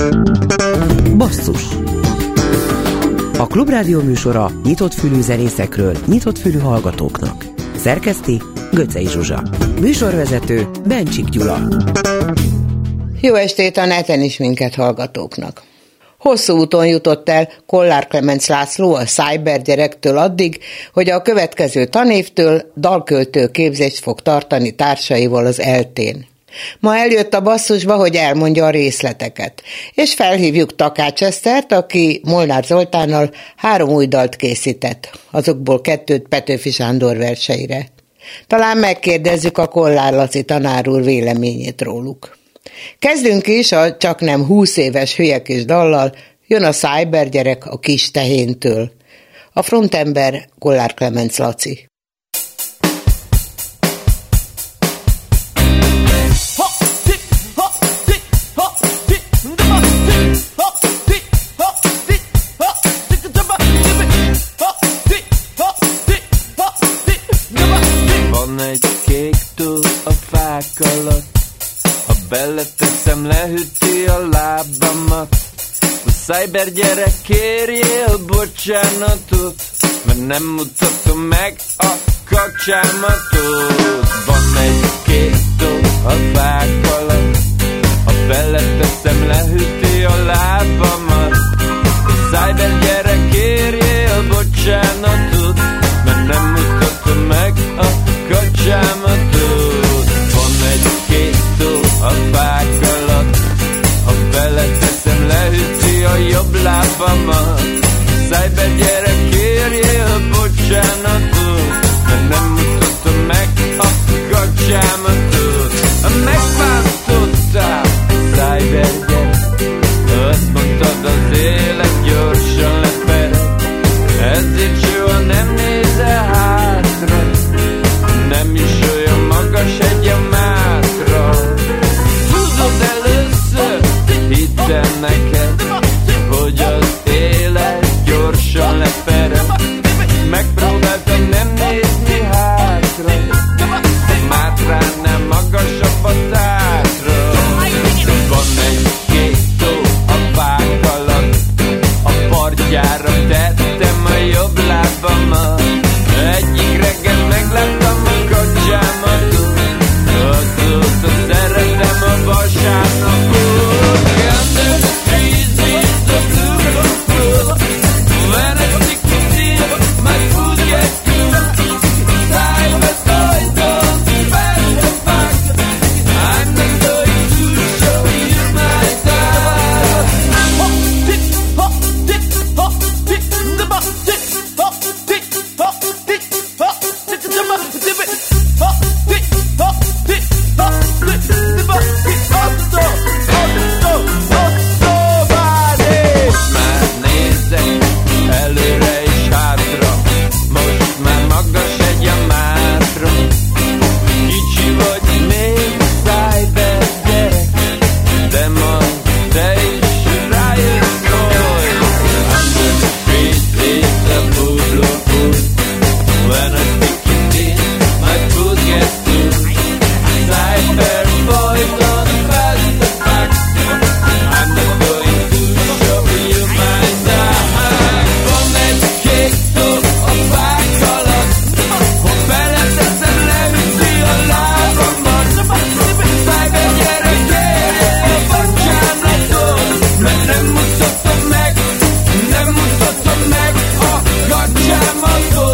Basszus. A Klubrádió műsora nyitott fülű zenészekről, nyitott fülű hallgatóknak. Szerkeszti Göcsei Zsuzsa. Műsorvezető Bencsik Gyula. Jó estét a neten is minket hallgatóknak. Hosszú úton jutott el Kollár Klemenc László a szájbergyerektől addig, hogy a következő tanévtől dalköltő képzést fog tartani társaival az ELTÉn. Ma eljött a Basszusba, hogy elmondja a részleteket, és felhívjuk Takács Esztert, aki Molnár Zoltánnal 3 új dalt készített, azokból 2 Petőfi Sándor verseire. Talán megkérdezzük a Kollár Laci tanár úr véleményét róluk. Kezdünk is a csaknem 20 éves hülyekés dallal, jön a szájbergyerek a kis tehéntől. A frontember Kollár Klemenc Laci. Van egy kék tó a fák alatt, ha beleteszem, lehűti a lábamat. A szájbergyerek, kérjél bocsánatot, mert nem mutatom meg a kacsámatot. Van egy kék tó a fák alatt, ha beleteszem, lehűti a lábamat. A szájbergyerek, kérjél bocsánatot, mert nem mutatom meg a kacsámatot. Van egy kék tó a fák alatt, ha beleteszem, lehűti a jobb lábamat. Szájbergyerek, kérjél bocsánatot, mert nem mutatom meg a kacsámatot. Megváltottál, szájbergyerek, azt mondtad, az élet gyorsan lepered, ezért soha nem nézel hátra, nem is olyan magas egy a mátra. Tudod, először hittem neked, hogy az élet gyorsan lepered. Megpróbáltam nem nézni hátra, a Mátránál magasabb a Tátra. Van egy kék tó a fák alatt, a partjára tettem a jobb lábamat. Egyik reggel megláttam a kacsámatot, azóta szeretem a vasárnapot. Under the trees is the blue, when I stick it in, my food gets good. Side by side, don't back to back, I'm not going to show you my style. Hop, tick, hop, tick, hop, tick, the bus, tick, hop, tick, hop, tick, hop, tick, the bus, tick, hop, tick, hop, tick, hop, tick, the bus, tick, hop, stop, body. Már nézek előre és hátra, most már magas egy a Mátra. Kicsi vagy még szájbergyerek, de majd te is rájössz majd. Under the street is a food, when I stick it in, my food gets good. Cyber boy, don't pass the back, I'm not going to show you my style. Van egy kék tó a fák alatt, ha beleteszem, leüti a lábamat. Szájbergyerek, kérjél bocsánatot, mert nem mutatom meg a kacsámatot.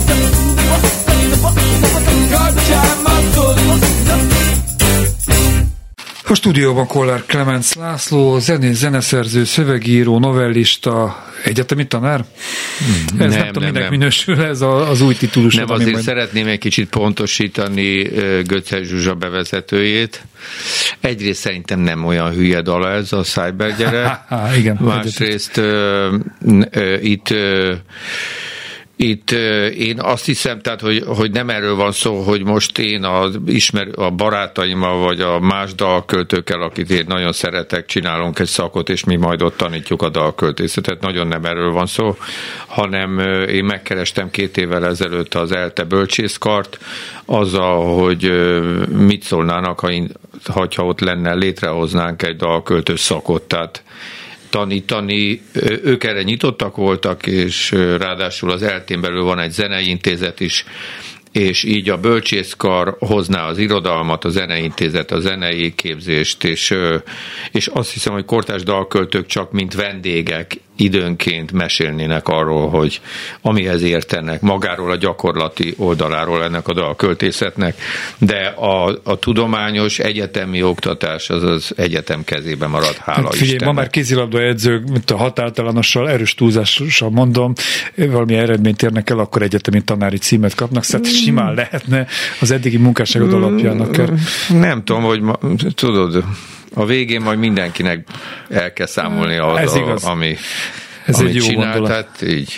A stúdióban Kollár Klemenc László, zeneszerző, szövegíró, novellista, egyetemi tanár? Ez nem tudom, minek minősül ez az új titulus. Nem, azért szeretném egy kicsit pontosítani Göcsei Zsuzsa bevezetőjét. Egyrészt szerintem nem olyan hülye dal ez a szájbergyerek. Igen. Másrészt Itt én azt hiszem, tehát, hogy nem erről van szó, hogy most én a barátaimmal, vagy a más dalköltőkkel, akit én nagyon szeretek, csinálunk egy szakot, és mi majd ott tanítjuk a dalköltészetet. Nagyon nem erről van szó, hanem én megkerestem 2 évvel ezelőtt az ELTE bölcsészkart, azzal, hogy mit szólnának, ha ott lenne, létrehoznánk egy dalköltő szakot, tehát tanítani, ők erre nyitottak voltak, és ráadásul az ELTE-n belül van egy zenei intézet is, és így a bölcsészkar hozná az irodalmat, a zenei intézet, a zenei képzést, és azt hiszem, hogy kortárs dalköltők csak mint vendégek időnként mesélnének arról, hogy amihez értenek, magáról a gyakorlati oldaláról ennek a dalköltészetnek, de a tudományos egyetemi oktatás az egyetem kezében marad, hála Istennek. Ma már kézilabda edzők, mint a határtalanossal, erős túlzással mondom, valami eredményt érnek el, akkor egyetemi tanári címet kapnak, szóval simán lehetne az eddigi munkásságod alapjának. Nem tudom, hogy tudod, a végén majd mindenkinek el kell számolni ami egy jó csinál, gondolat. Tehát így.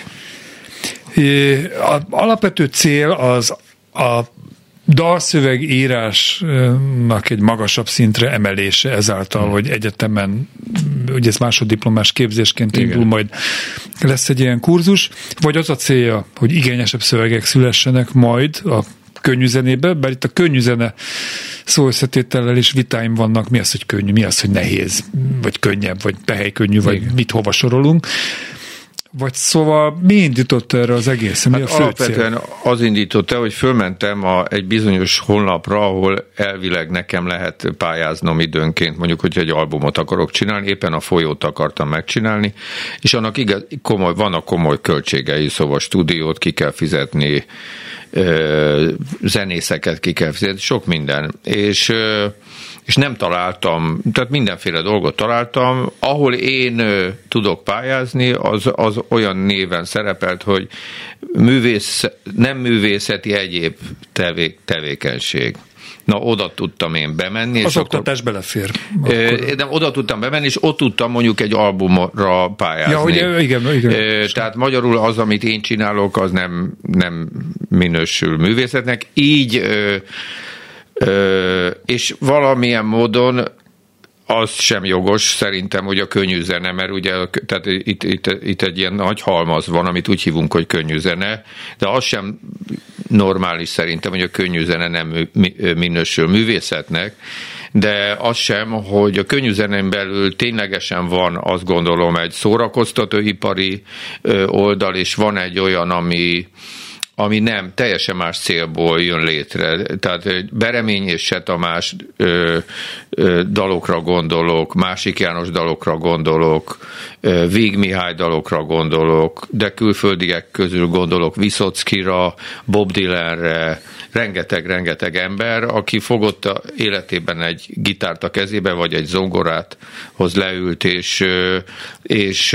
Az alapvető cél az a dalszövegírásnak egy magasabb szintre emelése ezáltal, hogy egyetemen, ugye ez másoddiplomás képzésként indul, majd lesz egy ilyen kurzus, vagy az a célja, hogy igényesebb szövegek szülessenek majd a könnyű zenébe, bár itt a könnyű zene szóösszetétellel is vitáim vannak, mi az, hogy könnyű, mi az, hogy nehéz, vagy könnyebb, vagy pehely-könnyű, vagy mit hova sorolunk. Vagy szóval mi indított erre az egész? Mi a fő alapvetően cél? Az indította, hogy fölmentem egy bizonyos honlapra, ahol elvileg nekem lehet pályáznom időnként, mondjuk, hogy egy albumot akarok csinálni, éppen a Folyót akartam megcsinálni, és annak vannak komoly költségei, szóval stúdiót ki kell fizetni, zenészeket ki kell fizetni, sok minden. És nem találtam, tehát mindenféle dolgot találtam, ahol én tudok pályázni, az olyan néven szerepelt, hogy nem művészeti egyéb tevékenység. Na, oda tudtam én bemenni. Az oktatás belefér. De oda tudtam bemenni, és ott tudtam mondjuk egy albumra pályázni. Ja, igen. Tehát magyarul az, amit én csinálok, az nem minősül művészetnek. Így és valamilyen módon az sem jogos szerintem, hogy a könnyű zene, mert ugye tehát itt egy ilyen nagy halmaz van, amit úgy hívunk, hogy könnyű zene, de az sem normális szerintem, hogy a könnyű zene nem minősül művészetnek, de az sem, hogy a könnyű zenén belül ténylegesen van, azt gondolom, egy szórakoztatóipari oldal, és van egy olyan, ami nem teljesen más célból jön létre. Tehát Beremény és Se Tamás dalokra gondolok, Másik János dalokra gondolok, Vég Mihály dalokra gondolok, de külföldiek közül gondolok Vyszockira, Bob Dylanre, rengeteg ember, aki fogott életében egy gitárt a kezébe, vagy egy zongorát, hoz leült, és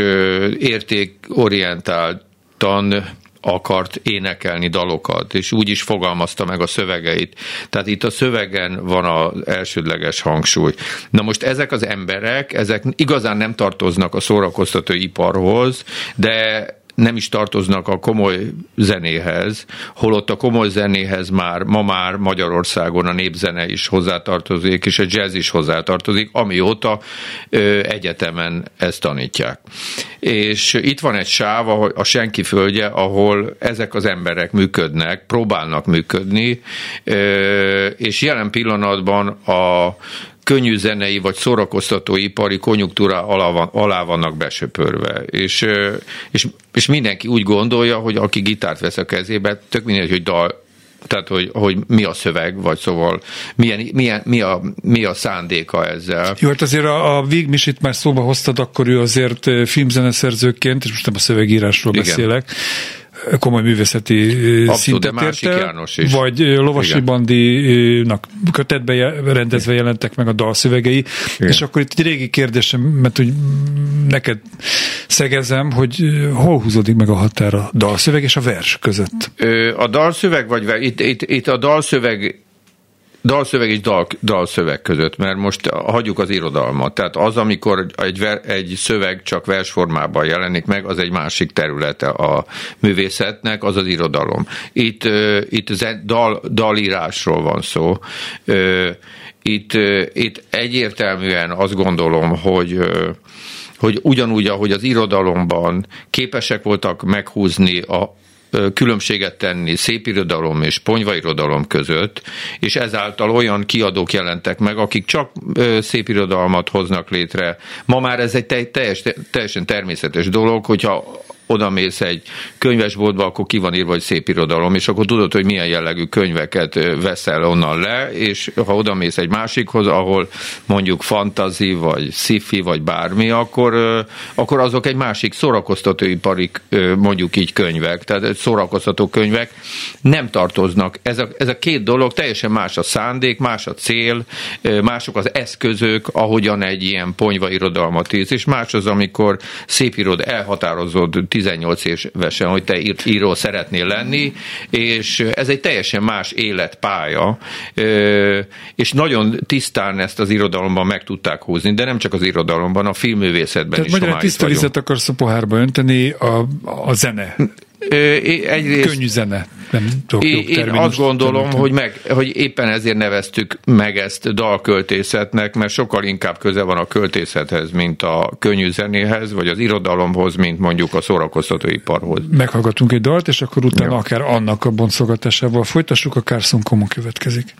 értékorientáltan akart énekelni dalokat, és úgy is fogalmazta meg a szövegeit. Tehát itt a szövegen van az elsődleges hangsúly. Na most ezek az emberek, ezek igazán nem tartoznak a szórakoztatóiparhoz, de nem is tartoznak a komoly zenéhez, holott a komoly zenéhez ma már Magyarországon a népzene is hozzátartozik, és a jazz is hozzátartozik, amióta egyetemen ezt tanítják. És itt van egy sáv, a Senki földje, ahol ezek az emberek működnek, próbálnak működni, és jelen pillanatban a könnyű zenei vagy szórakoztatóipari konjunktúra alá vannak besöpörve. És mindenki úgy gondolja, hogy aki gitárt vesz a kezébe, tök mindegy, hogy dal, tehát hogy mi a szöveg, vagy szóval mi a szándéka ezzel. Jó, hát azért a Vég Misit már szóba hoztad, akkor ő azért filmzeneszerzőként, és most nem a szövegírásról beszélek, komoly művészeti szintet ért el, vagy Lovasi Bandinak kötetbe rendezve jelentek meg a dalszövegei, és akkor itt egy régi kérdésem, mert hogy neked szegezem, hogy hol húzódik meg a határ a dalszöveg és a vers között? A dalszöveg, vagy itt a dalszöveg dalszöveg és dalszöveg között, mert most hagyjuk az irodalmat. Tehát az, amikor egy szöveg csak versformában jelenik meg, az egy másik területe a művészetnek, az az irodalom. Itt dalírásról van szó. Itt egyértelműen azt gondolom, hogy ugyanúgy, ahogy az irodalomban képesek voltak meghúzni a különbséget tenni szépirodalom és ponyvairodalom között, és ezáltal olyan kiadók jelentek meg, akik csak szépirodalmat hoznak létre. Ma már ez egy teljesen természetes dolog, hogyha odamész egy könyvesboltba, akkor ki van írva, hogy szépirodalom, és akkor tudod, hogy milyen jellegű könyveket veszel onnan le, és ha odamész egy másikhoz, ahol mondjuk fantasy, vagy sci-fi, vagy bármi, akkor azok egy másik szórakoztatóipari, mondjuk így könyvek, tehát szórakoztató könyvek nem tartoznak. Ez a két dolog, teljesen más a szándék, más a cél, mások az eszközök, ahogyan egy ilyen ponyvairodalmat írsz, és más az, amikor szépírod, elhatározod 18 évesen, hogy te író szeretnél lenni, és ez egy teljesen más életpálya, és nagyon tisztán ezt az irodalomban meg tudták húzni, de nem csak az irodalomban, a filmművészetben tehát is. Tehát magyarán tiszta vizet akarsz a pohárba önteni, a zene. Könnyű zene. Én azt gondolom, hogy éppen ezért neveztük meg ezt dalköltészetnek, mert sokkal inkább köze van a költészethez, mint a könnyű zenéhez, vagy az irodalomhoz, mint mondjuk a szórakoztatóiparhoz. Meghallgatunk egy dalt, és akkor utána akár annak a boncolgatásával folytassuk, a Carson Common következik.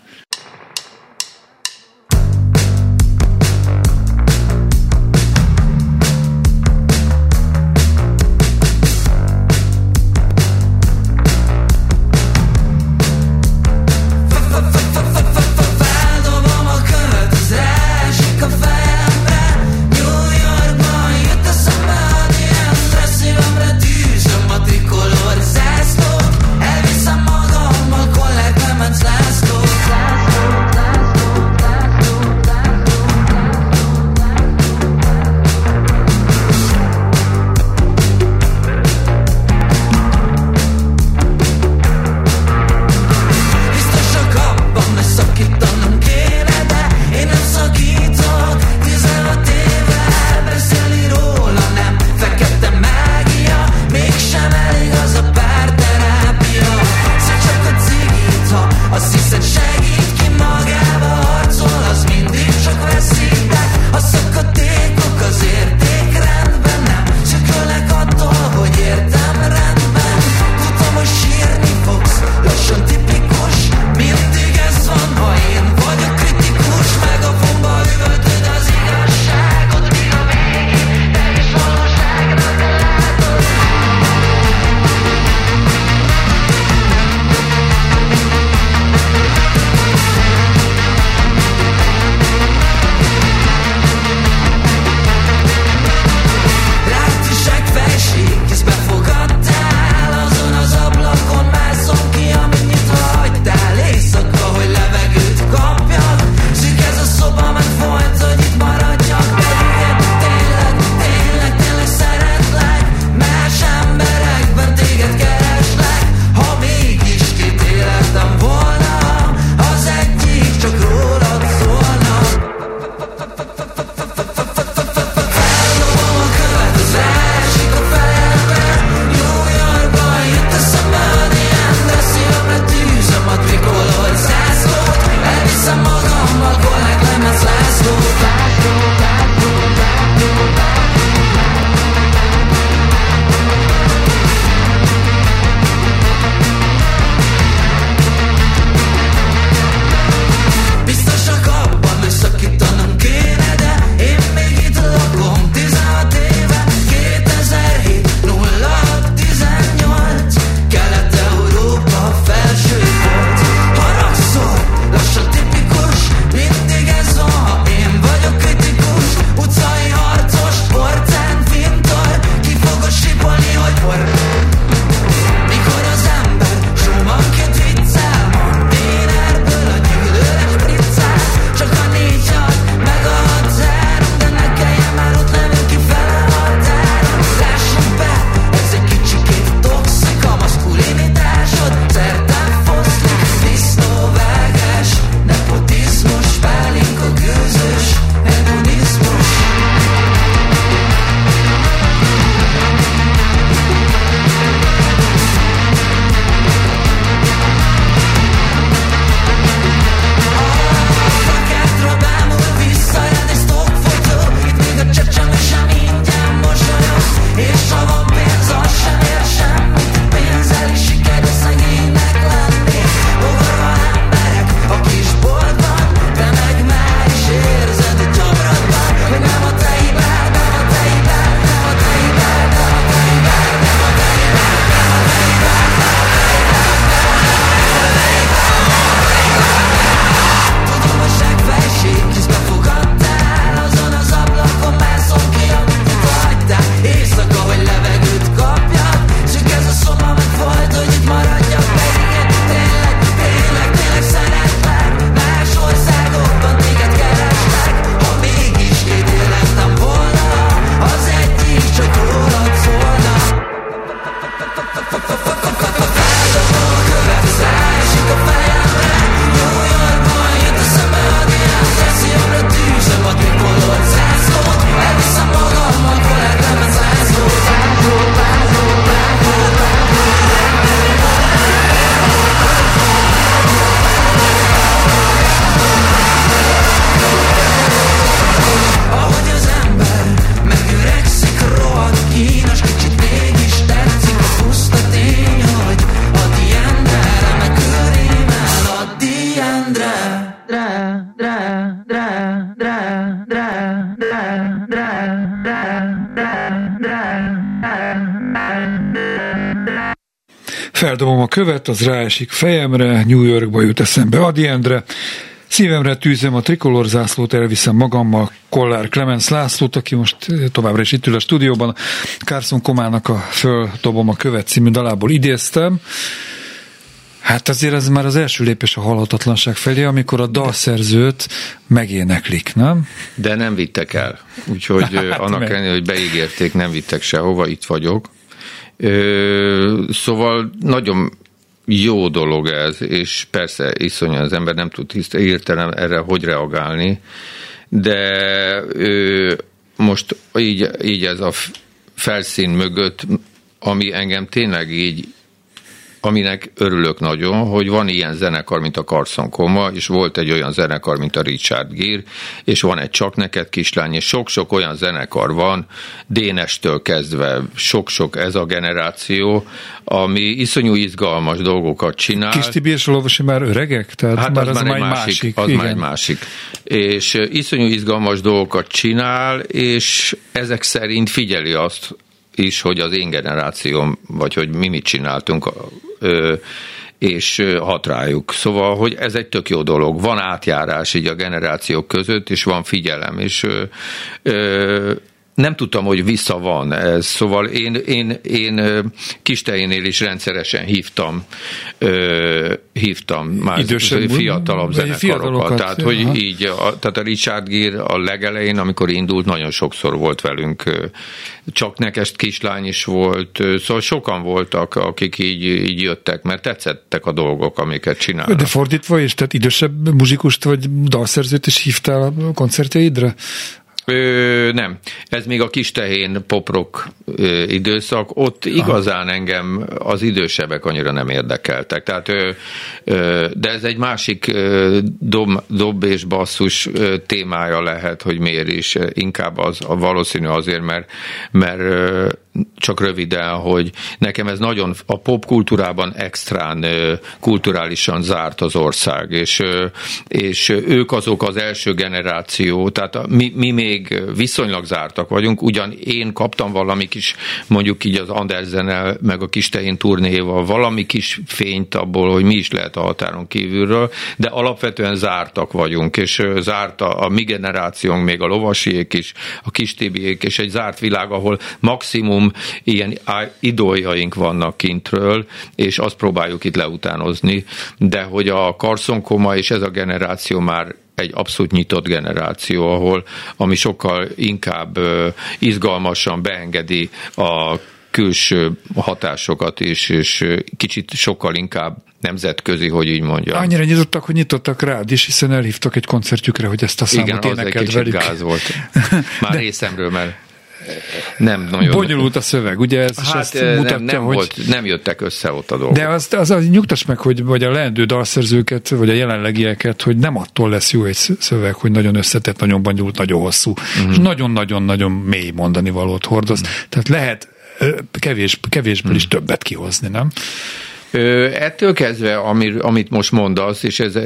Elviszem magammal Collect Clemens László. Feldobom a követ, az ráesik fejemre, New Yorkba jut eszembe Ady Endre, szívemre tűzöm a trikolor zászlót, elviszem magammal Kollár Klemens Lászlót, aki most továbbra is itt ül a stúdióban. Carson Comának a Földobom a követ című dalából idéztem. Hát azért ez már az első lépés a halhatatlanság felé, amikor a dalszerzőt megéneklik, nem? De nem vittek el. Úgyhogy annak ellenére, hogy beígérték, nem vittek sehova, itt vagyok. Szóval nagyon jó dolog ez, és persze iszonyú, az ember nem tud hirtelen erre hogy reagálni, de most így ez a felszín mögött, ami engem tényleg így, aminek örülök nagyon, hogy van ilyen zenekar, mint a Carson Coma, és volt egy olyan zenekar, mint a Richard Gere, és van egy Csak neked kislány, és sok-sok olyan zenekar van, Dénestől kezdve, sok-sok ez a generáció, ami iszonyú izgalmas dolgokat csinál. Kis Tibi és a Lovasi már öregek? Tehát hát már az már egy másik. Az már egy másik. És iszonyú izgalmas dolgokat csinál, és ezek szerint figyeli azt is, hogy az én generációm, vagy hogy mi mit csináltunk, és hat rájuk. Szóval, hogy ez egy tök jó dolog. Van átjárás így a generációk között, és van figyelem, és nem tudtam, hogy vissza van ez. Szóval én Kistejénél is rendszeresen hívtam már idősebb, fiatalabb zenekarokat. Tehát, hogy így, tehát a Richard Gere a legelején, amikor indult, nagyon sokszor volt velünk. Csak neked kislány is volt. Szóval sokan voltak, akik így jöttek, mert tetszettek a dolgok, amiket csinálnak. De fordítva is, tehát idősebb muzsikust vagy dalszerzőt is hívtál a koncertjeidre? Nem. Ez még a Kistehén pop-rock időszak. Ott igazán engem az idősebbek annyira nem érdekeltek. Tehát, de ez egy másik dob és basszus témája lehet, hogy miért is. Inkább az valószínű azért, mert csak röviden, hogy nekem ez nagyon a popkultúrában extrán kulturálisan zárt az ország, és ők azok az első generáció, tehát mi még viszonylag zártak vagyunk, ugyan én kaptam valami kis, mondjuk így az Andersennel, meg a Kistehén turnéval valami kis fényt abból, hogy mi is lehet a határon kívülről, de alapvetően zártak vagyunk, és zárt a mi generációnk, még a Lovasiék is, a Kis Tibiék, és egy zárt világ, ahol maximum ilyen idoljaink vannak kintről, és azt próbáljuk itt leutánozni, de hogy a Carson Coma és ez a generáció már egy abszolút nyitott generáció, ami sokkal inkább izgalmasan beengedi a külső hatásokat is, és kicsit sokkal inkább nemzetközi, hogy így mondjam. Annyira nyitottak, hogy nyitottak rád is, hiszen elhívtak egy koncertjükre, hogy ezt a számot énekeld velük. Igen, az egy kicsit gáz volt. Már részemről, mert nem nagyon... Bonyolult a szöveg, ugye? Ez hát azt mutatja, nem jöttek össze ott a dolgok. De az nyugtass meg, hogy a leendő dalszerzőket, vagy a jelenlegieket, hogy nem attól lesz jó egy szöveg, hogy nagyon összetett, nagyon bonyolult, nagyon hosszú, és nagyon-nagyon-nagyon mély mondani valót hordoz. Tehát lehet kevésből is többet kihozni, nem? Ettől kezdve, amit most mondasz, és ez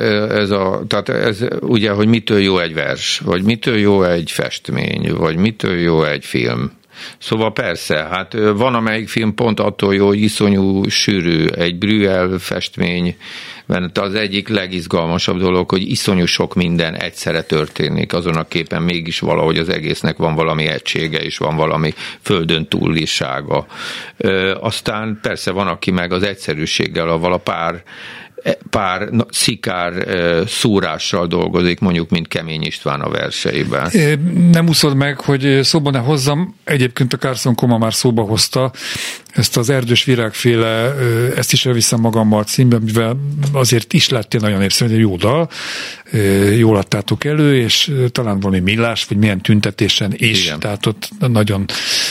ugye, hogy mitől jó egy vers, vagy mitől jó egy festmény, vagy mitől jó egy film. Szóval persze, hát van amelyik film pont attól jó, hogy iszonyú sűrű, egy Brüel festmény, mert az egyik legizgalmasabb dolog, hogy iszonyú sok minden egyszerre történik azon a képen, mégis valahogy az egésznek van valami egysége, és van valami földön túlisága. Aztán persze van, aki meg az egyszerűséggel, avval a pár szikár szúrással dolgozik, mondjuk, mint Kemény István a verseiben. Nem úszod meg, hogy szóba ne hozzam, egyébként a Carson Coma már szóba hozta ezt az Erdős Virágféle, ezt is elviszem magammal címben, mivel azért is lettél nagyon érszem, egy jó dal, jól adtátok elő, és talán valami millás, vagy milyen tüntetésen is, igen. Tehát ott nagyon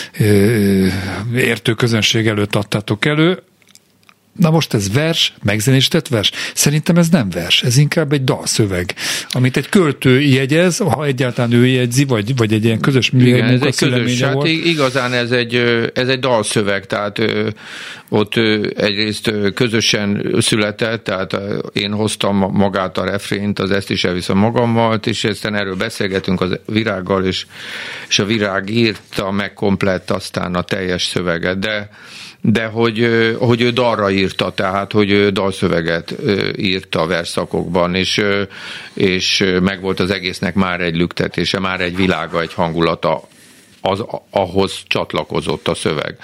értő közönség előtt adtátok elő. Na most ez vers, megzenésített vers? Szerintem ez nem vers, ez inkább egy dalszöveg, amit egy költő jegyez, ha egyáltalán ő jegyzi, vagy egy ilyen közös munkaszüleménye volt. Hát igazán ez egy dalszöveg, tehát ott egyrészt közösen született, tehát én hoztam magát a refrént, az ezt is elviszem magammal, és aztán erről beszélgetünk az Virággal, és a Virág írta meg komplett aztán a teljes szöveget, de hogy ő dalra írta, tehát hogy ő dalszöveget írta a versszakokban, és meg volt az egésznek már egy lüktetése, már egy világa, egy hangulata, ahhoz csatlakozott a szöveg.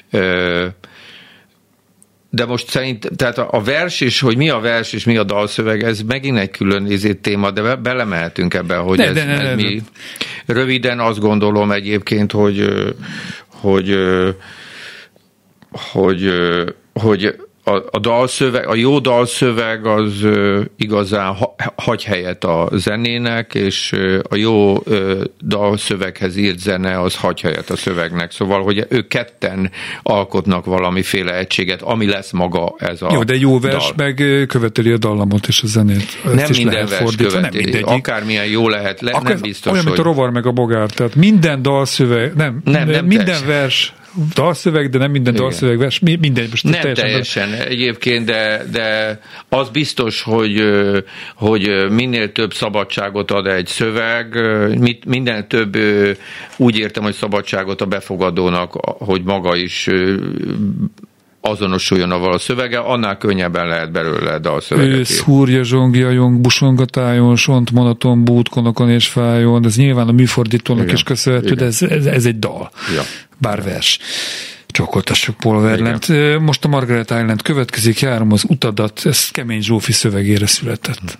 De most tehát a vers, és hogy mi a vers, és mi a dalszöveg, ez megint egy külön téma, de belemehetünk ebbe, hogy ez mi. Röviden azt gondolom egyébként, hogy a dalszöveg, a jó dalszöveg az igazán hagy helyet a zenének, és a jó dalszöveghez írt zene az hagy helyet a szövegnek. Szóval, hogy ők ketten alkotnak valamiféle egységet, ami lesz maga ez a jó, de jó vers dal. Meg követeli a dallamot és a zenét. Nem minden vers követeli. Akármilyen jó lehet, nem biztos, olyan, mint a rovar meg a bogár. Tehát minden dalszöveg, nem minden vers dalszöveg, de nem minden dalszöveg vers, minden. Most nem teljesen egyébként, de az biztos, hogy minél több szabadságot ad egy szöveg, minden több, úgy értem, hogy szabadságot a befogadónak, hogy maga is azonosuljon avval a szövege, annál könnyebben lehet belőle dalszöveget. Szúrja, zsongja, jong, busongatájon, sont, monoton, bút, konokon és fájon, ez nyilván a műfordítónak is köszönhető, de ez egy dal. Ja. Bár vers. Csokoltassuk Paul Verlaine-t. Most a Margaret Island következik, Járom az utadat, ez Kemény Zsófi szövegére született.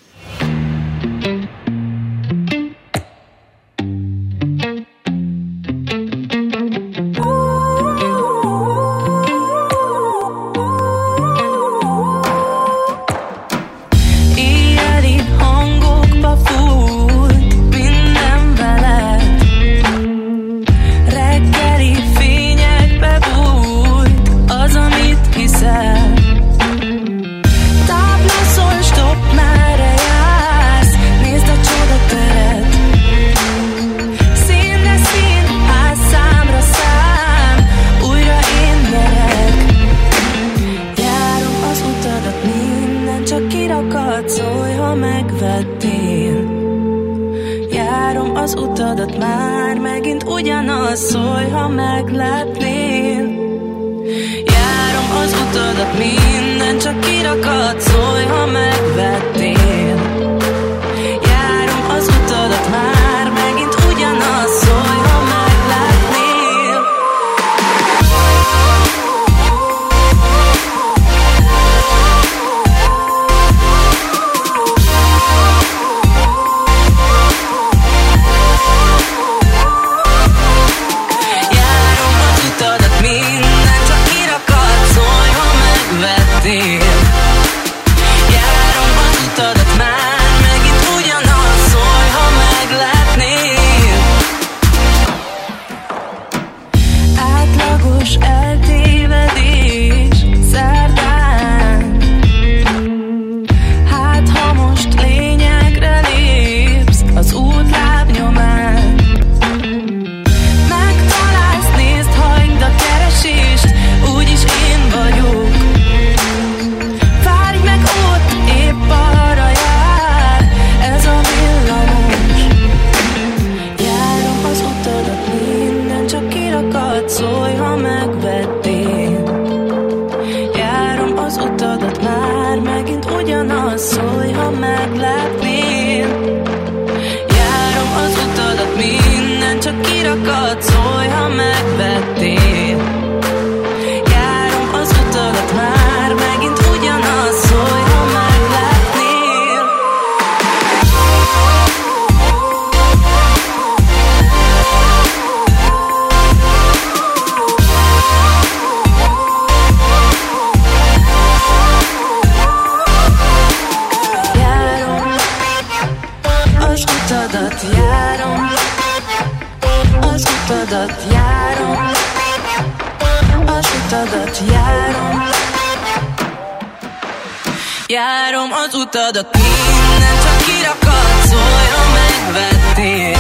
Járom az utadat, minden csak kirakad, szólj, ha megvettél.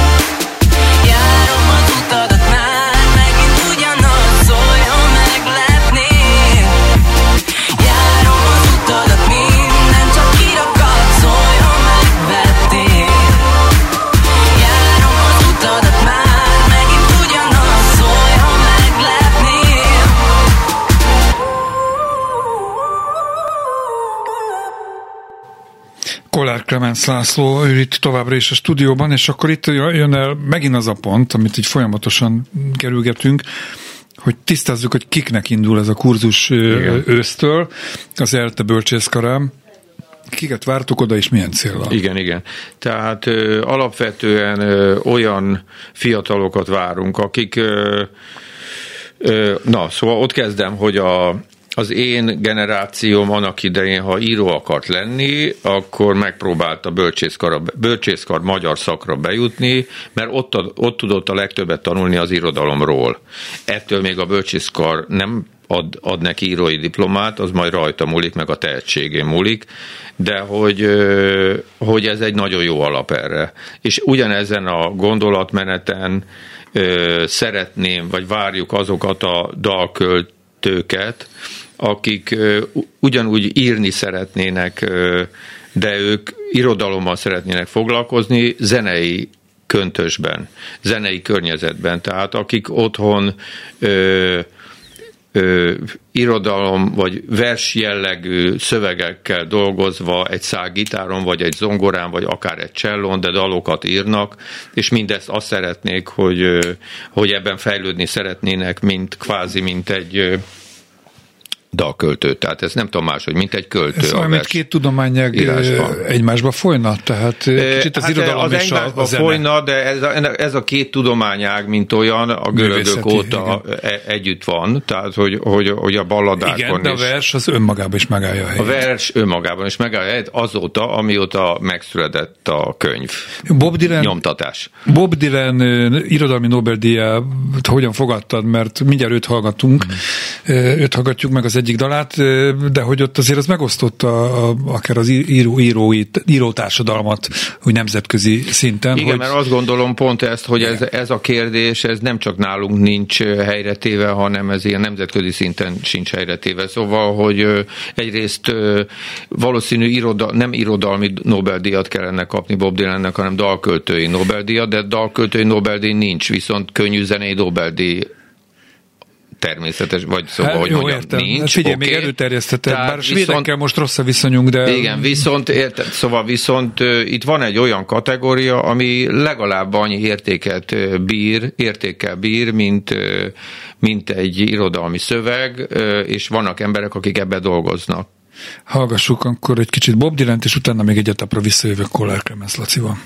Járom az utadat, már megint ugyanaz, szólj, ha meglepnél. Járom az utadat, minden csak kirakad, szólj, ha megvettél. Járom az utadat, már megint ugyanaz, szólj, ha meglepnél. Kollár Klemenc László, ő itt továbbra is a stúdióban, és akkor itt jön el megint az a pont, amit így folyamatosan kerülgetünk, hogy tisztázzuk, hogy kiknek indul ez a kurzus ősztől, az ELTE bölcsészkarán. Kiket vártuk oda, és milyen céllal? Igen. Tehát alapvetően olyan fiatalokat várunk, akik szóval ott kezdem, hogy az én generációm annak idején, ha író akart lenni, akkor megpróbált a bölcsészkar magyar szakra bejutni, mert ott tudott a legtöbbet tanulni az irodalomról. Ettől még a bölcsészkar nem ad neki írói diplomát, az majd rajta múlik, meg a tehetségén múlik, de hogy ez egy nagyon jó alap erre. És ugyanezen a gondolatmeneten szeretném, vagy várjuk azokat a dalköltőket, akik ugyanúgy írni szeretnének, de ők irodalommal szeretnének foglalkozni, zenei köntösben, zenei környezetben. Tehát akik otthon irodalom vagy vers jellegű szövegekkel dolgozva egy szál gitáron, vagy egy zongorán, vagy akár egy csellón, de dalokat írnak, és mindezt azt szeretnék, hogy ebben fejlődni szeretnének, mint egy dalköltő. Tehát ez nem tudom máshogy, mint egy költő. Ez olyan, mint két tudományág egymásba folyna? Tehát kicsit az irodalom és a zene. Folyna, de ez a két tudományág, mint olyan, a görögök óta együtt van. Tehát, hogy a balladákon igen, de a vers az önmagában is megállja a helyét. A vers önmagában is megállja a helyét azóta, amióta megszületett a könyv. Nyomtatás. Bob Dylan irodalmi Nobel-díját hogyan fogadtad? Mert mindjárt őt hallgatunk. Őt hallgatjuk meg az egyik dalát, de hogy ott azért az megosztotta akár az írótársadalmat, úgy nemzetközi szinten. Igen, mert azt gondolom pont ezt, hogy ez a kérdés, ez nem csak nálunk nincs helyretéve, hanem ez ilyen nemzetközi szinten sincs helyretéve. Szóval, hogy egyrészt valószínű nem irodalmi Nobel-díjat kellene kapni Bob Dylannek, hanem dalköltői Nobel-díjat, de dalköltői Nobel-díj nincs, viszont könnyűzenei Nobel-díj természetes, vagy szóval, hogy mondjam, nincs. Hát figyelj, még előterjesztetted, bár a svédekkel most rossz a viszonyunk, de... Igen, viszont itt van egy olyan kategória, ami legalább annyi értékkel bír, mint egy irodalmi szöveg, és vannak emberek, akik ebbe dolgoznak. Hallgassuk akkor egy kicsit Bob Dylant, és utána még egy etapra visszajövök Kollár Klemenc Lacival.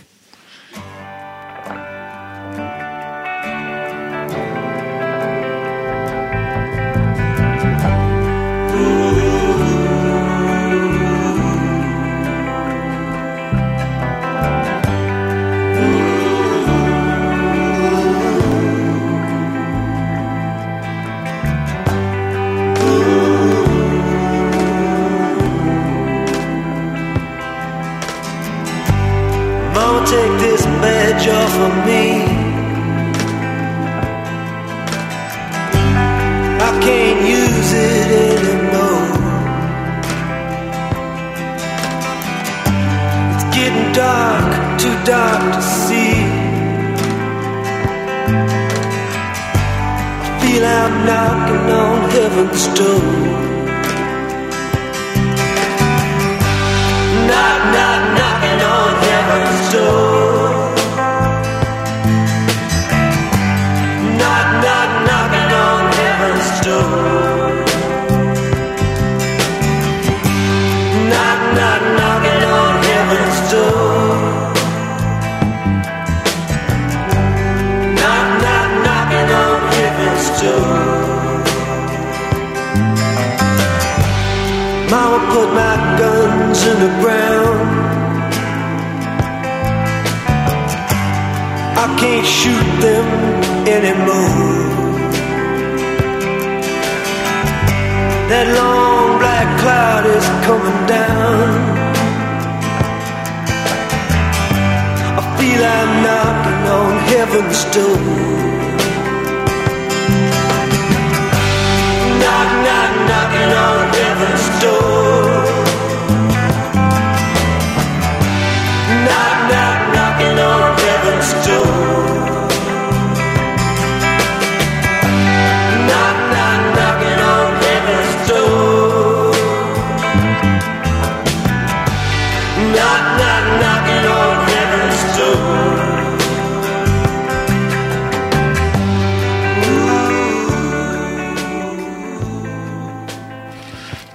Knock, knock.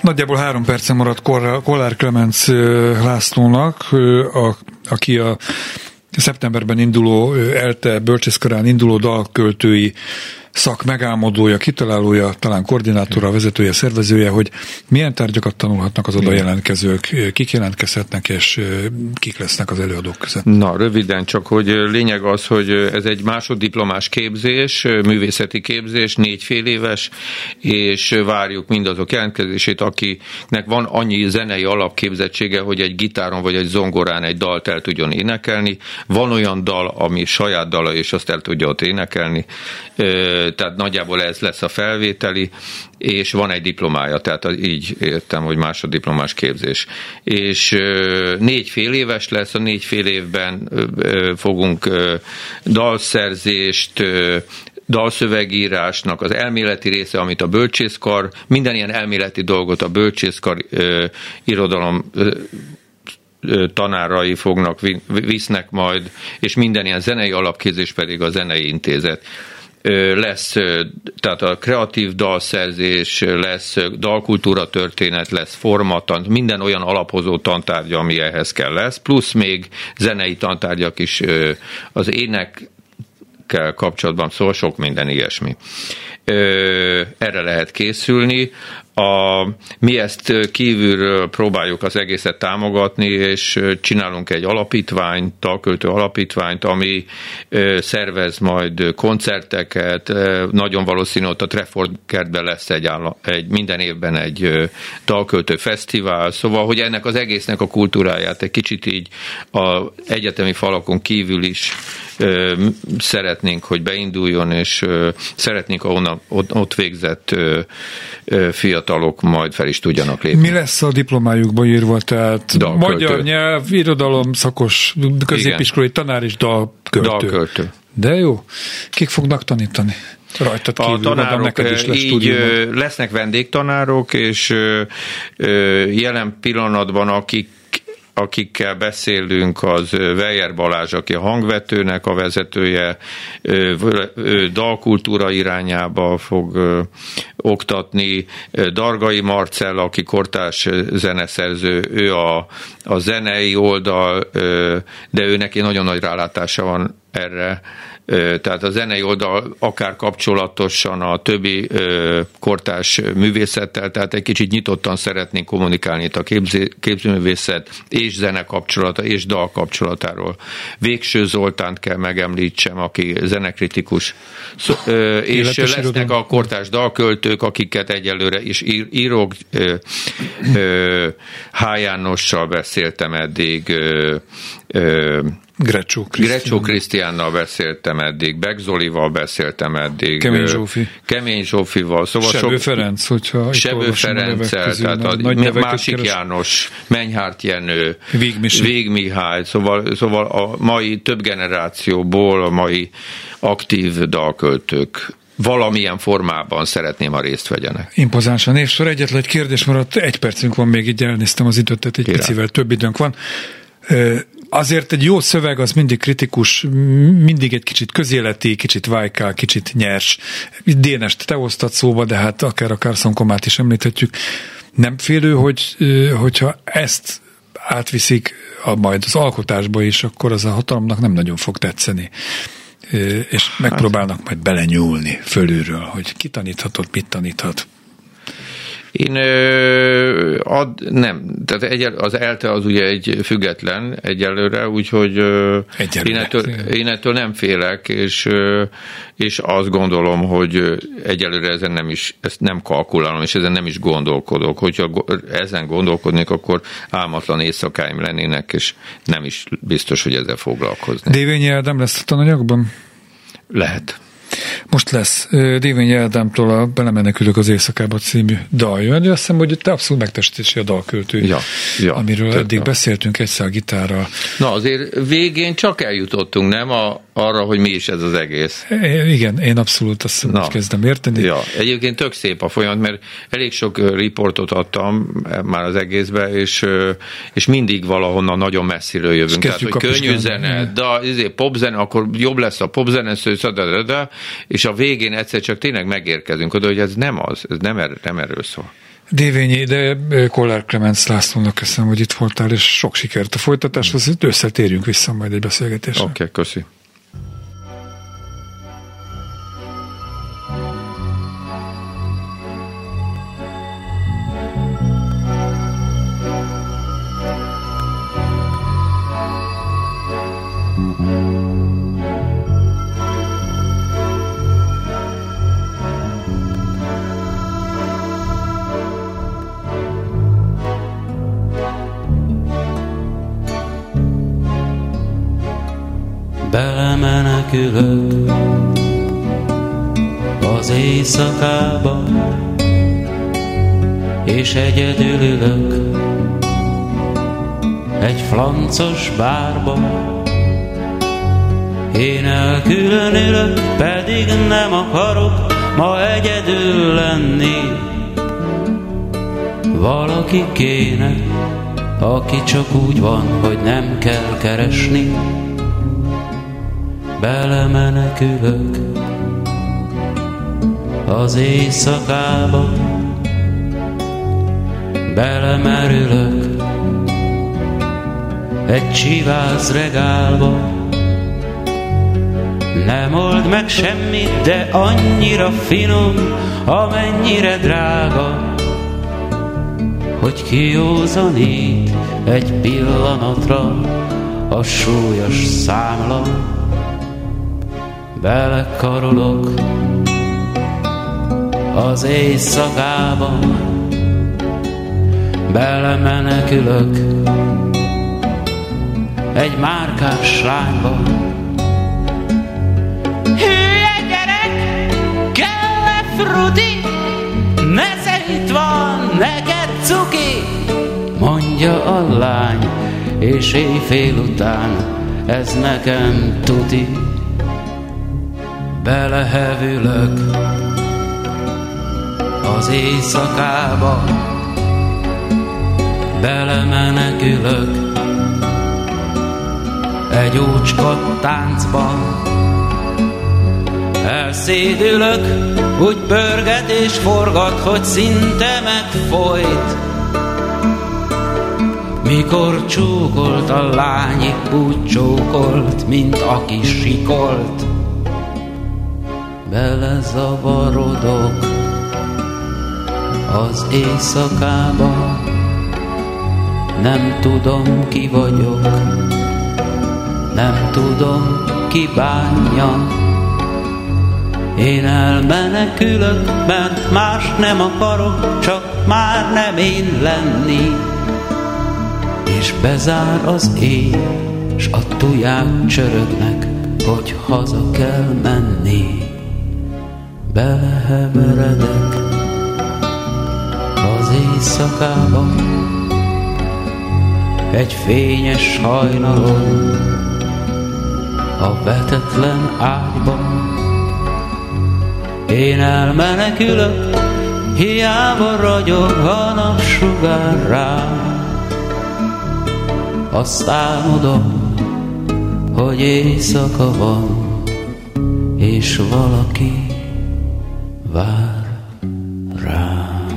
Nagyjából 3 percen maradt Kollár Klemenc Lászlónak, aki a szeptemberben induló ELTE bölcsészkarán induló dalköltői szak megálmodója, kitalálója, talán koordinátora, vezetője, szervezője, hogy milyen tárgyakat tanulhatnak az oda jelentkezők, kik jelentkezhetnek, és kik lesznek az előadók között. Na, röviden csak, hogy lényeg az, hogy ez egy másoddiplomás képzés, művészeti képzés, 4 fél éves, és várjuk mindazok jelentkezését, akinek van annyi zenei alapképzettsége, hogy egy gitáron vagy egy zongorán egy dalt el tudjon énekelni. Van olyan dal, ami saját dala, és azt el tudja ott énekelni. Tehát nagyjából ez lesz a felvételi, és van egy diplomája, tehát így értem, hogy másoddiplomás képzés. És 4 fél éves lesz, a 4 fél évben fogunk dalszerzést, dalszövegírásnak az elméleti része, amit a bölcsészkar, minden ilyen elméleti dolgot a bölcsészkar irodalom tanárai visznek majd, és minden ilyen zenei alapképzés pedig a Zenei Intézet. Lesz, tehát a kreatív dalszerzés, lesz dalkultúra történet, lesz formatant, minden olyan alapozó tantárgya, ami ehhez kell lesz, plusz még zenei tantárgyak is az énekkel kapcsolatban, szóval sok minden ilyesmi. Erre lehet készülni. Mi ezt kívülről próbáljuk az egészet támogatni, és csinálunk egy alapítványt, dalköltő alapítványt, ami szervez majd koncerteket, nagyon valószínű ott a Trefford kertben lesz egy minden évben egy dalköltő fesztivál, szóval, hogy ennek az egésznek a kultúráját egy kicsit így az egyetemi falakon kívül is szeretnénk, hogy beinduljon, és szeretnénk ott végzett fiatalok majd fel is tudjanak lépni. Mi lesz a diplomájukba írva? Tehát magyar nyelv, irodalom szakos, középiskolai tanár és dalköltő. De jó. Kik fognak tanítani? Rajtad kívül, a tanárok neked is lesz így lesznek vendégtanárok, és jelen pillanatban akikkel beszélünk, az Weyer Balázs, aki a hangvetőnek a vezetője, dalkultúra irányába fog oktatni, Dargai Marcell, aki kortárs zeneszerző, ő a zenei oldal, de ő neki nagyon nagy rálátása van erre, tehát a zenei oldal akár kapcsolatosan a többi kortárs művészettel, tehát egy kicsit nyitottan szeretnénk kommunikálni itt a képzőművészet és zene kapcsolata és dal kapcsolatáról. Végső Zoltánt kell megemlítsem, aki zenekritikus, és lesznek a kortárs dalköltők, akiket egyelőre is írók, H. Jánossal beszéltem eddig, Grecsó Krisztiánnal beszéltem eddig, Beck Zolival beszéltem eddig, Kemény Zsófival, szóval Sebő Ferenc, hogyha Sebő Ferenccel, tehát a másik János, Menyhárt Jenő, Vég Mihály, szóval a mai több generációból a mai aktív dalköltők valamilyen formában szeretném, a részt vegyenek. Impozáns a névsor. Egyetlen egy kérdés maradt, 1 percünk van még, így elnéztem az időt, tehát egy picivel több időnk van. Azért egy jó szöveg az mindig kritikus, mindig egy kicsit közéleti, kicsit vájkál, kicsit nyers. Dénest te hoztad szóba, de hát akár a Carson Comát is említhetjük. Nem félő, hogyha ezt átviszik majd az alkotásba is, akkor az a hatalomnak nem nagyon fog tetszeni. És megpróbálnak majd belenyúlni fölülről, hogy ki taníthatod, mit taníthat. Nem, tehát az ELTE az ugye egy független egyelőre, úgyhogy én ettől nem félek, és azt gondolom, hogy egyelőre ezt nem kalkulálom, és ezen nem is gondolkodok. Hogyha ezen gondolkodnék, akkor álmatlan éjszakáim lennének, és nem is biztos, hogy ezzel foglalkozni. Dévényi Ádám lesz a tananyagban? Lehet. Most lesz Dévényi Ádámtól a Belemenekülök az éjszakába című dalja. Azt hiszem, hogy te abszolút megtestési a dalköltő, amiről eddig beszéltünk egyszer a gitárral. Na azért végén csak eljutottunk, nem arra, hogy mi is ez az egész. Igen, én abszolút azt kezdem érteni. Ja, egyébként tök szép a folyamat, mert elég sok riportot adtam már az egészbe, és mindig valahonnan nagyon messziről jövünk. Tehát, hogy könnyű zene, de popzene, akkor jobb lesz a popzene, és a végén egyszer csak tényleg megérkezünk oda, hogy ez nem az, ez nem erről szól. Dévényi, de Kollár Klemenc Lászlónak köszönöm, hogy itt voltál, és sok sikert a folytatáshoz. Ősszel térjünk vissza majd egy beszélgetésre. Oké, köszi. Belemenekülök az éjszakába, és egyedül ülök egy flancos bárba. Én elkülönülök, pedig nem akarok ma egyedül lenni. Valaki kéne, aki csak úgy van, hogy nem kell keresni. Belemenekülök az éjszakába, belemerülök egy csivász regálba. Nem old meg semmit, de annyira finom, amennyire drága, hogy kijózanít egy pillanatra a súlyos számla. Belekarolok az éjszakába, belemenekülök egy márkás lányba. Hülye gyerek, kell-e frudi? Nesze itt van, neked cuki, mondja a lány, és éjfél után ez nekem tuti. Belehevülök az éjszakába, belemenekülök egy ócska táncba. Elszédülök, úgy pörget és forgat, hogy szinte megfojt. Mikor csókolt a lány, úgy csókolt, mint aki sikolt. Belezavarodok az éjszakába, nem tudom ki vagyok, nem tudom ki bánja. Én elmenekülök, mert más nem akarok, csak már nem én lenni. És bezár az éj, s a tuják csörögnek, hogy haza kell menni. Beleheveredek az éjszakába, egy fényes hajnalon, a vetetlen ágyban. Én elmenekülök, hiába ragyog a napsugár rám. Azt álmodom, hogy éjszaka van, és valaki vár rám.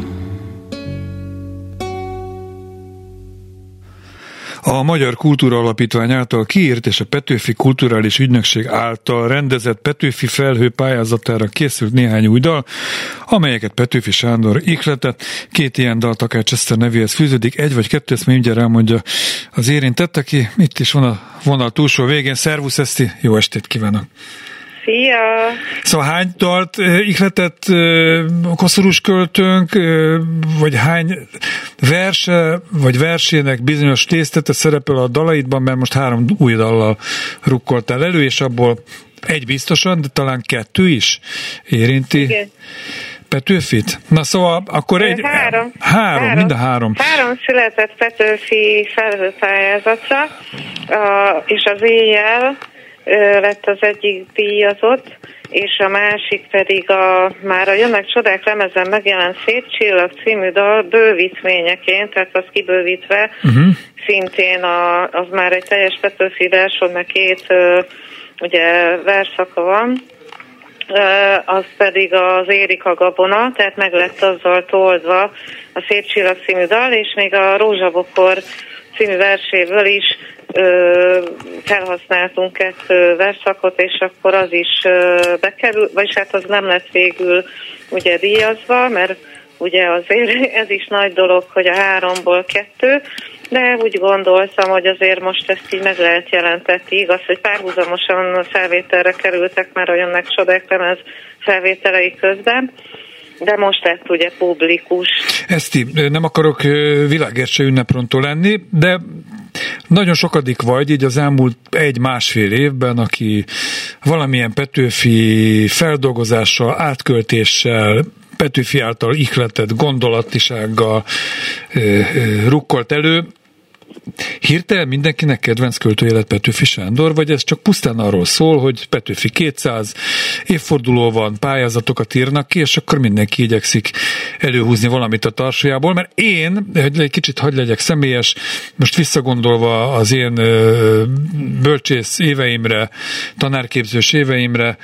A Magyar Kultúra Alapítvány által kiírt és a Petőfi Kulturális Ügynökség által rendezett Petőfi Felhő pályázatára készült néhány új dal, amelyeket Petőfi Sándor ihletett. 2 ilyen dal Takács Eszter nevéhez fűződik, 1 vagy 2, ezt még mindjárt elmondja az érintett, aki itt is van a vonal túlsó végén. Szervusz Eszti, jó estét kívánok! Szia! Szóval hány dalt ihletett koszorús költőnk, vagy hány verse, vagy versének bizonyos tésztete szerepel a dalaidban, mert most 3 új dallal rukkoltál elő, és abból 1 biztosan, de talán 2 is érinti. Igen. Petőfit? Na szóval akkor három, mind a 3. 3 született Petőfi felhőpályázatra, és az éjjel lett az egyik díjazott, és a másik pedig már a Jönnek Csodák lemezen megjelent Szép Csillag című dal bővítményeként, tehát az kibővítve, szintén az már egy teljes Petőfi vers, meg 2 ugye versszaka van, az pedig az Érika Gabona, tehát meg lett azzal toldva a Szép Csillag című dal, és még a Rózsabokor című verséből is felhasználtunk 2 versszakot, és akkor az is bekerül, vagyis hát az nem lett végül ugye díjazva, mert ugye azért ez is nagy dolog, hogy a 3-ból 2, de úgy gondoltam, hogy azért most ezt így meg lehet jelentetni. Igaz, hogy párhuzamosan felvételre kerültek már olyan megcsodák lemez felvételei közben, de most lett ugye publikus. Eszti, nem akarok világértse ünneprontól lenni, de nagyon sokadik vagy így az elmúlt 1-1,5 évben, aki valamilyen Petőfi feldolgozással, átköltéssel, Petőfi által ihletett gondolatisággal rukkolt elő. Hirtelen mindenkinek kedvenc költője lett Petőfi Sándor, vagy ez csak pusztán arról szól, hogy Petőfi 200 évforduló van, pályázatokat írnak ki, és akkor mindenki igyekszik előhúzni valamit a tarsolyából, mert én, hogy egy kicsit hadd legyek személyes, most visszagondolva az én bölcsész éveimre, tanárképzős éveimre,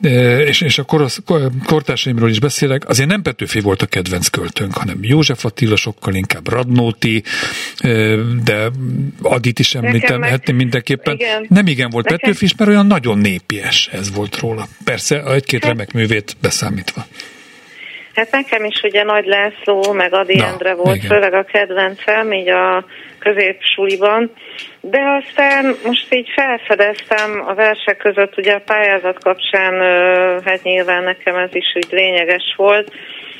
és a kortársaimról is beszélek, azért nem Petőfi volt a kedvenc költőnk, hanem József Attila, sokkal inkább Radnóti, de Adit is említettem mindenképpen. Igen. Nem igen volt Petőfi is, mert olyan nagyon népies ez volt róla. Persze, 1-2 remek művét beszámítva. Hát nekem is ugye Nagy László, meg Ady Endre volt, igen, főleg a kedvencem, így a középsuliban, de aztán most így felfedeztem a versek között, ugye a pályázat kapcsán, hát nyilván nekem ez is úgy lényeges volt,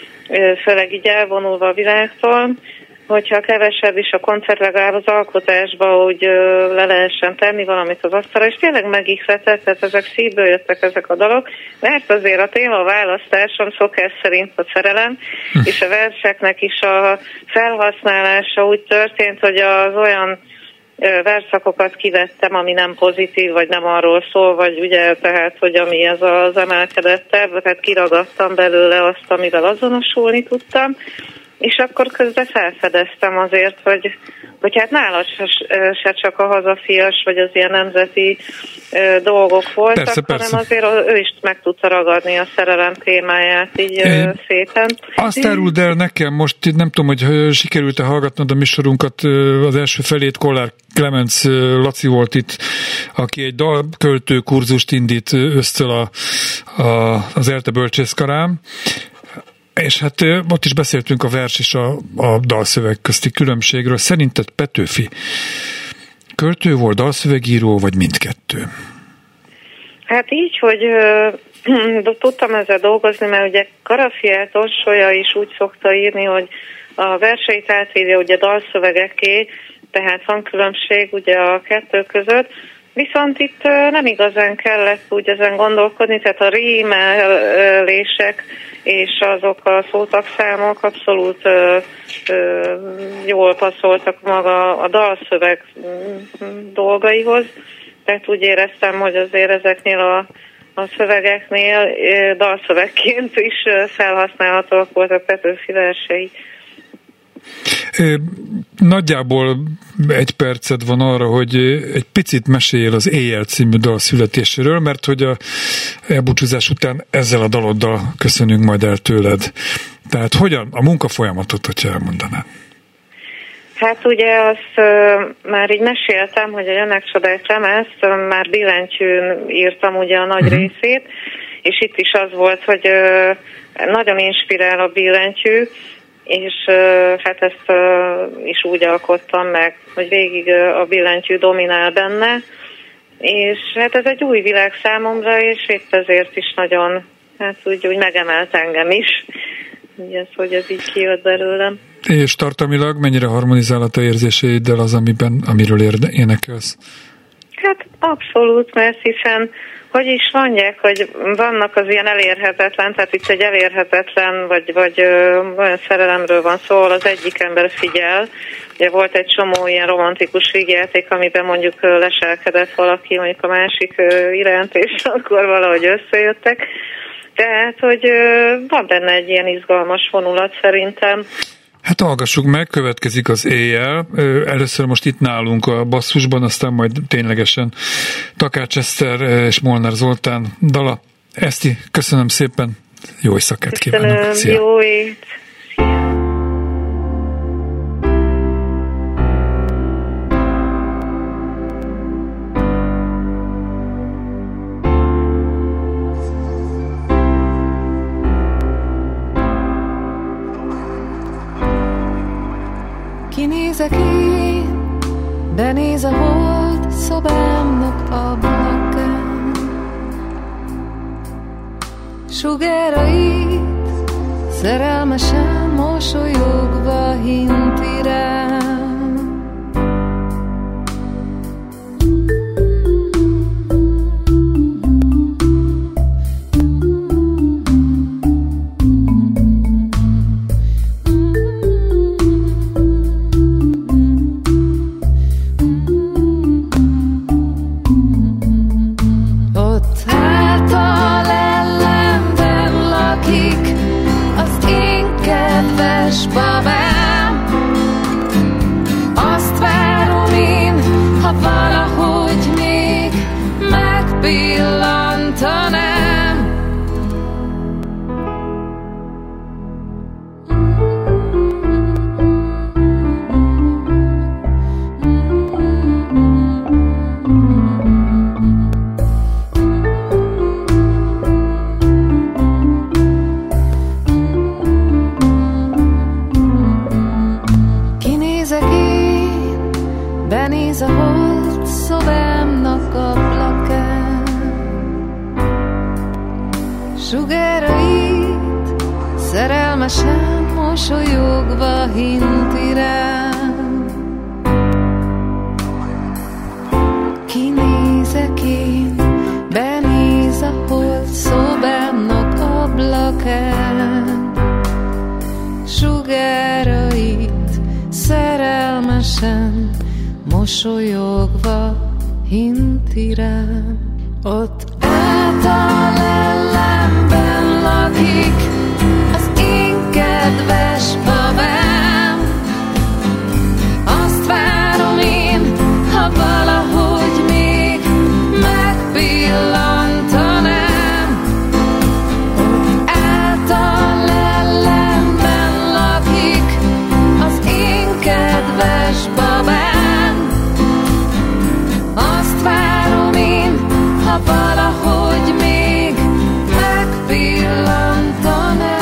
főleg így elvonulva a világtól, hogyha kevesebb is a koncert, legalább az alkotásba úgy le lehessen tenni valamit az asztalra, és tényleg megihletett, tehát ezek szívből jöttek ezek a dalok, mert azért a témaválasztáson szokás szerint a szerelem, és a verseknek is a felhasználása úgy történt, hogy az olyan verszakokat kivettem, ami nem pozitív, vagy nem arról szól, vagy ugye, tehát, hogy ami ez az emelkedettebb, tehát kiragadtam belőle azt, amivel azonosulni tudtam, és akkor közben felfedeztem azért, hogy hát nála se csak a hazafias, vagy az ilyen nemzeti dolgok voltak, persze. hanem azért ő is meg tudta ragadni a szerelem témáját így szépen. Azt áruld el nekem, most nem tudom, hogy sikerült-e hallgatnod a műsorunkat, az első felét Kollár Klemenc Laci volt itt, aki egy dalköltő kurzust indít ősztől az ELTE bölcsészkarán, és hát ott is beszéltünk a vers és a dalszöveg közti különbségről. Szerinted Petőfi költő volt, dalszövegíró, vagy mindkettő? Hát így, hogy tudtam ezzel dolgozni, mert ugye Karafiát Orsolya is úgy szokta írni, hogy a verseit átírja ugye dalszövegeké, tehát van különbség ugye a kettő között, viszont itt nem igazán kellett úgy ezen gondolkodni, tehát a rímelések és azok a szótagszámok abszolút jól passzoltak maga a dalszöveg dolgaihoz, tehát úgy éreztem, hogy azért ezeknél a szövegeknél dalszövegként is felhasználhatóak voltak Petőfi versei. Nagyjából 1 perced van arra, hogy egy picit meséljél az Éjjel című dal születéséről, mert hogy a elbúcsúzás után ezzel a daloddal köszönünk majd el tőled. Tehát hogyan a munkafolyamatot, hogyha elmondanád? Hát ugye azt már így meséltem, hogy a Jönnek csodák lemezt már billentyűn írtam ugye a nagy részét, és itt is az volt, hogy nagyon inspirál a billentyű, és hát ezt is úgy alkottam meg, hogy végig a billentyű dominál benne, és hát ez egy új világ számomra, és épp ezért is nagyon, hát úgy megemelt engem is, hogy ez így kijött belőlem. És tartalmilag mennyire harmonizál a te érzéseiddel az, amiről énekelsz? Hát abszolút, mert hiszen hogy is mondják, hogy vannak az ilyen elérhetetlen, tehát itt egy elérhetetlen, vagy olyan szerelemről van szó, az egyik ember figyel. Ugye volt egy csomó ilyen romantikus vígjáték, amiben mondjuk leselkedett valaki, mondjuk a másik iránt, és akkor valahogy összejöttek. Tehát, hogy van benne egy ilyen izgalmas vonulat szerintem. Hát hallgassuk meg, következik az Éjjel. Először most itt nálunk a basszusban, aztán majd ténylegesen Takács Eszter és Molnár Zoltán dala. Eszti, köszönöm szépen, jó éjszakát kívánok. Szia. Jó ét. Kinézek én, benéz a hold szobámnak ablakán. Sugárait szerelmesen mosolyogva hinti rám. Sugárait szerelmesen mosolyogva hinti rám. Kinézek én, benéz a hold szobámnak ablakán. Sugárait szerelmesen mosolyogva hinti rám. Ott által ellenben lakik az én kedves babám. Azt várom én, ha valahogy még megpillantanám. Ott által ellenben lakik az én kedves babám. Azt várom én, ha valahogy még megpillantanám.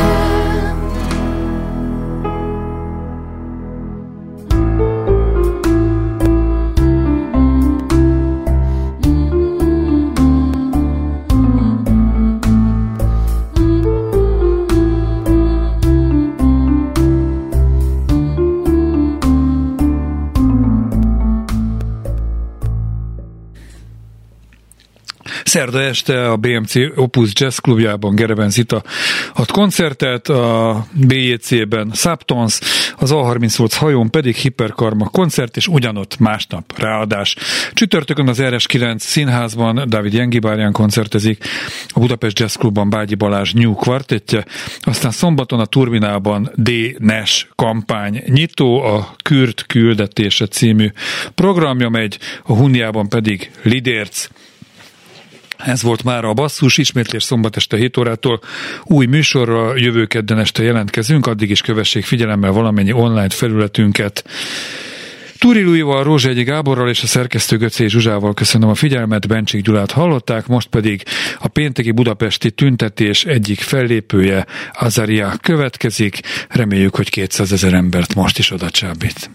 Szerda este a BMC Opus Jazz Klubjában Gereven Zita ad koncertet, a BJC-ben Subtons, az A38 hajón pedig Hiperkarma koncert, és ugyanott másnap ráadás. Csütörtökön az RS9 színházban Dávid Jengibárján koncertezik, a Budapest Jazz Klubban Bágyi Balázs New Quartettje, aztán szombaton a Turbinában D. Nash kampány nyitó, a Kürt küldetése című programja megy, a Hunniában pedig Lidérc. Ez volt már a Basszus, ismétlés szombat este 7 órától. Új műsorra jövő kedden este jelentkezünk, addig is kövessék figyelemmel valamennyi online felületünket. Túri Lújval, Rózsahegyi Gáborral és a szerkesztő Göcé Zsuzsával köszönöm a figyelmet, Bencsik Gyulát hallották, most pedig a pénteki budapesti tüntetés egyik fellépője, Azaria következik. Reméljük, hogy 200 000 embert most is oda csábít.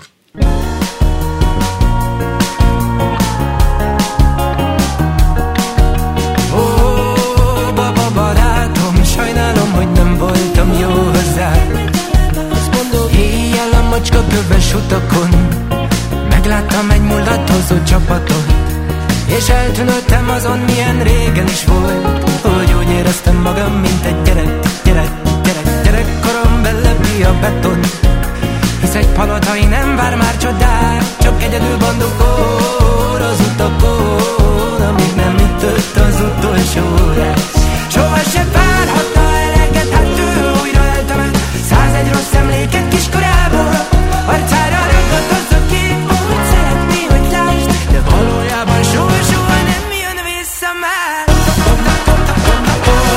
Sajnálom, hogy nem voltam jó hozzád. Éjjel a macska köves utakon megláttam egy mullatozó csapatot, és eltűnődtem azon, milyen régen is volt, hogy úgy éreztem magam, mint egy gyerekkorom bellepi a beton. Hisz egy palotai nem vár már csodát, csak egyedül bandukor az utakon, amíg nem ütött az utolsó rász. Soha se várhatta eleget, hát ő újra eltemet 101 rossz emléket kiskorából. Arcára ragad az a kép, ahogy szeretné, hogy lásd, de valójában soha nem jön vissza már.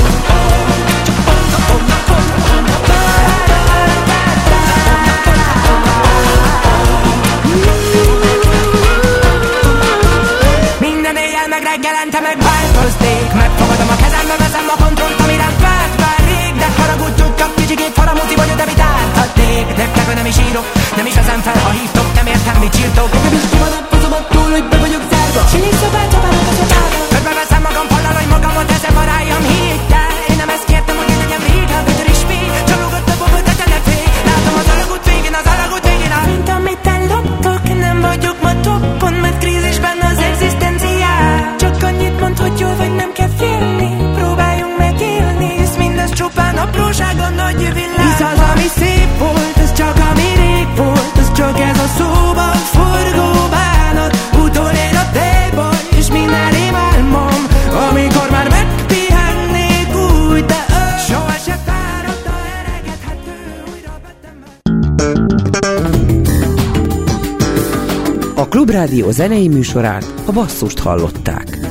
A Klubrádió zenei műsorát, a Basszust hallották.